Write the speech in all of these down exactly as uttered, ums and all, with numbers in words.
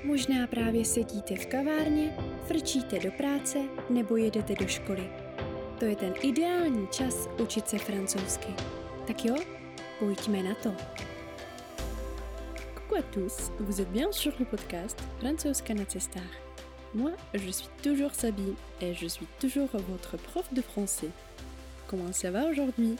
Možná právě sedíte v kavárně, frčíte do práce nebo jedete do školy. To je ten ideální čas učit se francouzsky. Tak jo, pojďme na to. Coucou à tous, vous êtes bien sur le podcast Francouzska na cestách. Moi, je suis toujours Sabine et je suis toujours votre prof de français. Comment ça va aujourd'hui?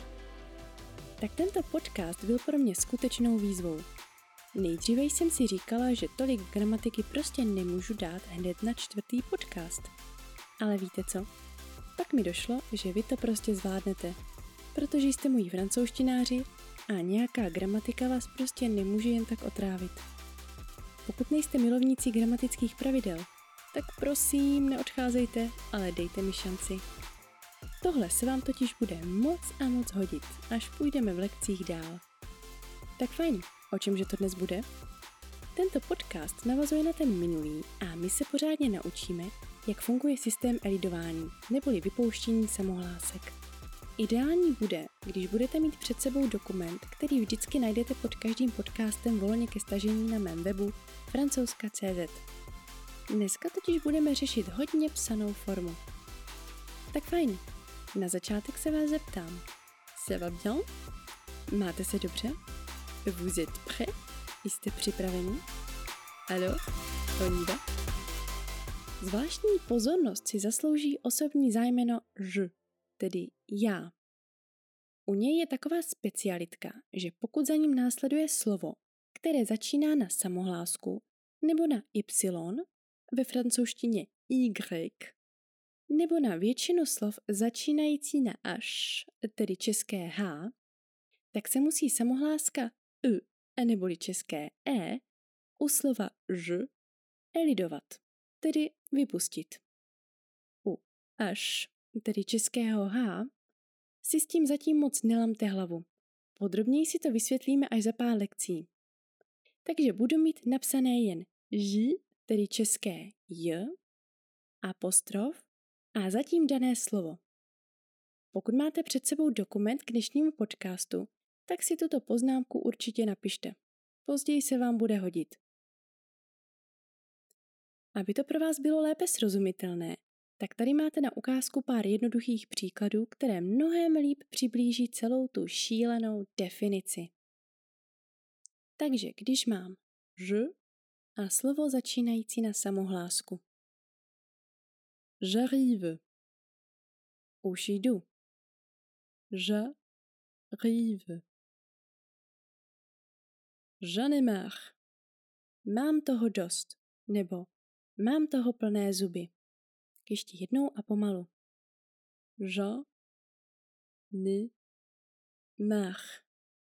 Tak tento podcast byl pro mě skutečnou výzvou. Nejdříve jsem si říkala, že tolik gramatiky prostě nemůžu dát hned na čtvrtý podcast. Ale víte co? Pak mi došlo, že vy to prostě zvládnete, protože jste moji francouzštináři a nějaká gramatika vás prostě nemůže jen tak otrávit. Pokud nejste milovníci gramatických pravidel, tak prosím neodcházejte, ale dejte mi šanci. Tohle se vám totiž bude moc a moc hodit, až půjdeme v lekcích dál. Tak fajn, o čemže to dnes bude? Tento podcast navazuje na ten minulý a my se pořádně naučíme, jak funguje systém elidování, neboli vypouštění samohlásek. Ideální bude, když budete mít před sebou dokument, který vždycky najdete pod každým podcastem volně ke stažení na mém webu francouzska tečka cé zet. Dneska totiž budeme řešit hodně psanou formu. Tak fajn, na začátek se vás zeptám. Ça va bien? Máte se dobře? Vous êtes prêts? Jste připraveni? Alors, on y va? Zvláštní pozornost si zaslouží osobní zájmeno je, tedy já. U něj je taková specialitka, že pokud za ním následuje slovo, které začíná na samohlásku nebo na y, ve francouzštině y, nebo na většinu slov začínající na až, tedy české h, tak se musí samohláska y, neboli české e, u slova je elidovat, tedy vypustit. U až, tedy českého h, si s tím zatím moc nelamte hlavu. Podrobněji si to vysvětlíme až za pár lekcí. Takže budu mít napsané jen ž, tedy české j, apostrof a zatím dané slovo. Pokud máte před sebou dokument k dnešnímu podcastu, tak si tuto poznámku určitě napište. Později se vám bude hodit. Aby to pro vás bylo lépe srozumitelné, tak tady máte na ukázku pár jednoduchých příkladů, které mnohem líp přiblíží celou tu šílenou definici. Takže když mám je a slovo začínající na samohlásku. J'arrive. Už jdu. J'arrive. J'en ai marre. Mám toho dost. Nebo mám toho plné zuby. Ještě jednou a pomalu. J'en ai marre.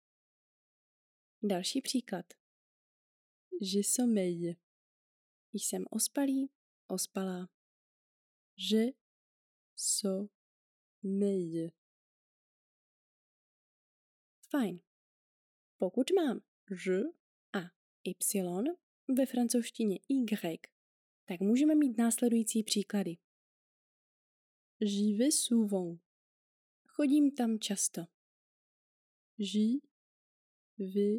Další příklad. Je sommeil. Jsem ospalý, ospalá. Je sommeil. Fajn. Pokud mám je a y ve francouzštině y, tak můžeme mít následující příklady. J'y vais souvent. Chodím tam často. J'y vais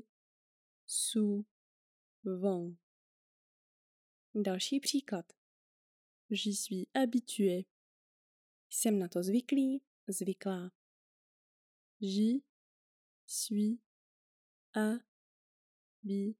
souvent. Další příklad. J'y suis habitué. Jsem na to zvyklý, zvyklá. J'y suis habitué.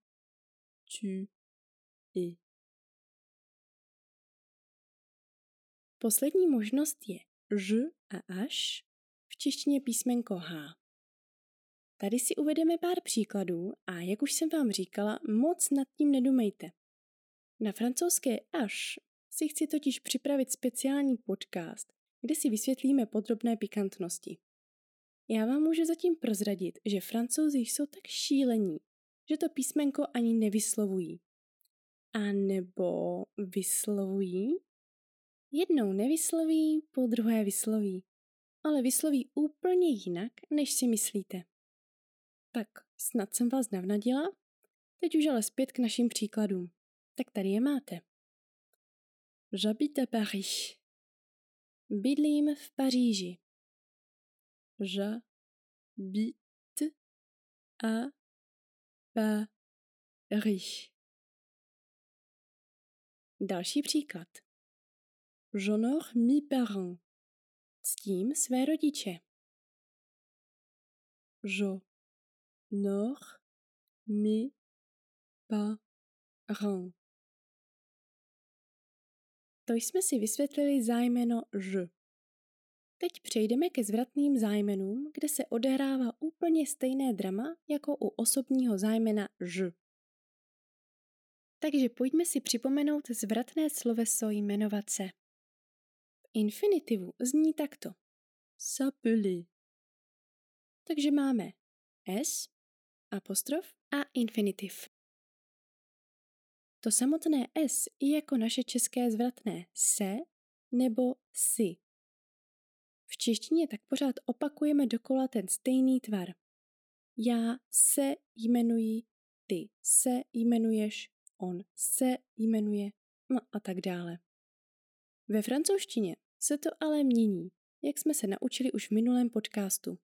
Poslední možnost je ž a až, v češtině písmenko h. Tady si uvedeme pár příkladů a jak už jsem vám říkala, moc nad tím nedumejte. Na francouzské až si chci totiž připravit speciální podcast, kde si vysvětlíme podrobné pikantnosti. Já vám můžu zatím prozradit, že Francouzi jsou tak šílení, že to písmenko ani nevyslovují. A nebo vyslovují? Jednou nevysloví, po druhé vysloví, ale vysloví úplně jinak, než si myslíte. Tak, snad jsem vás navnadila, teď už ale zpět k našim příkladům. Tak tady je máte. J'habite à Paris. Bydlím v Paříži. J'habite à Paris. Další příklad. J'honore mes parents. Ctím své rodiče. J'honore mes parents. To jsme si vysvětlili zájmeno ž. Teď přejdeme ke zvratným zájmenům, kde se odehrává úplně stejné drama jako u osobního zájmena ž. Takže pojďme si připomenout zvratné sloveso jmenovat se. V infinitivu zní takto. S'appeler. Takže máme s, apostrof a infinitiv. To samotné s je jako naše české zvratné se nebo si. V češtině tak pořád opakujeme dokola ten stejný tvar. Já se jmenuji, ty se jmenuješ, on se jmenuje, no a tak dále. Ve francouzštině se to ale mění, jak jsme se naučili už v minulém podcastu.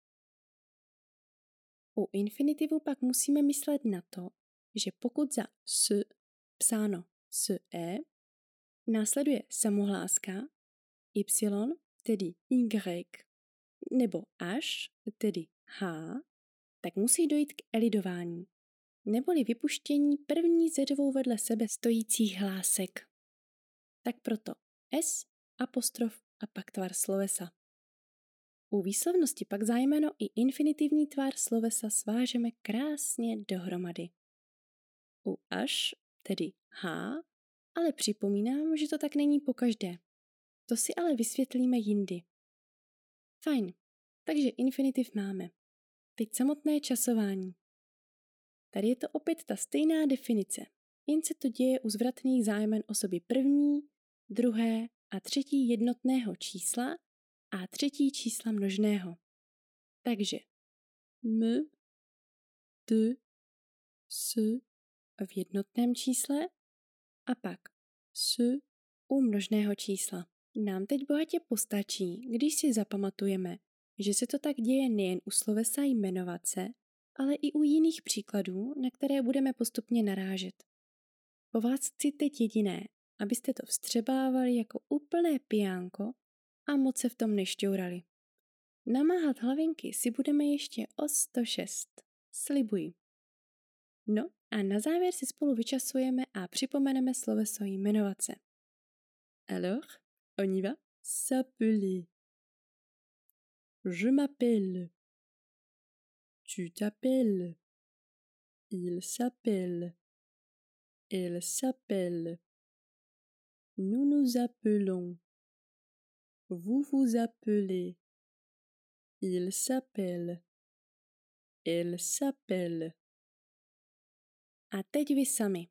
U infinitivu pak musíme myslet na to, že pokud za s psáno s e následuje samohláska y, tedy y, nebo až, tedy h, tak musí dojít k elidování, neboli vypuštění první ze dvou vedle sebe stojících hlásek. Tak proto s, apostrof a pak tvar slovesa. U výslovnosti pak zájmeno i infinitivní tvar slovesa svážeme krásně dohromady. U až, tedy h, ale připomínám, že to tak není pokaždé. To si ale vysvětlíme jindy. Fajn, takže infinitiv máme. Teď samotné časování. Tady je to opět ta stejná definice, jen se to děje u zvratných zájmen osoby první, druhé a třetí jednotného čísla a třetí čísla množného. Takže m, t, s v jednotném čísle a pak s u množného čísla. Nám teď bohatě postačí, když si zapamatujeme, že se to tak děje nejen u slovesa jmenovat se, ale i u jiných příkladů, na které budeme postupně narážet. Po vás chci teď jediné, abyste to vstřebávali jako úplné pijánko a moc se v tom nešťourali. Namáhat hlavinky si budeme ještě o sto šest. Slibuji. No a na závěr si spolu vyčasujeme a připomeneme sloveso jmenovat se. Alors, on y va? S'appeler. Je m'appelle. Tu t'appelles. Il s'appelle. Elle s'appelle. Nous nous appelons. Vous vous appelez. Il s'appelle. Elle s'appelle. A teď vy sami.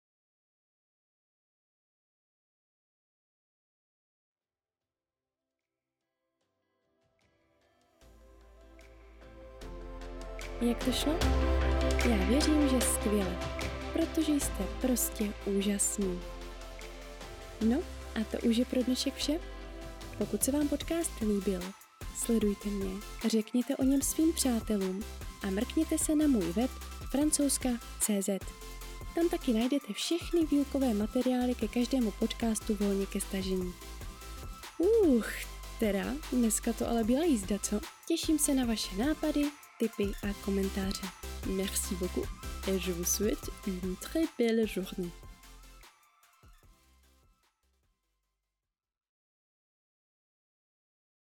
Jak to šlo? Já věřím, že skvěle, protože jste prostě úžasní. No a to už je pro dnešek vše. Pokud se vám podcast líbil, sledujte mě, řekněte o něm svým přátelům a mrkněte se na můj web francouzska tečka cé zet. Tam taky najdete všechny výukové materiály ke každému podcastu volně ke stažení. Uch, teda, dneska to ale byla jízda, co? Těším se na vaše nápady, tipy a komentáře. Merci beaucoup et je vous souhaite une très belle journée.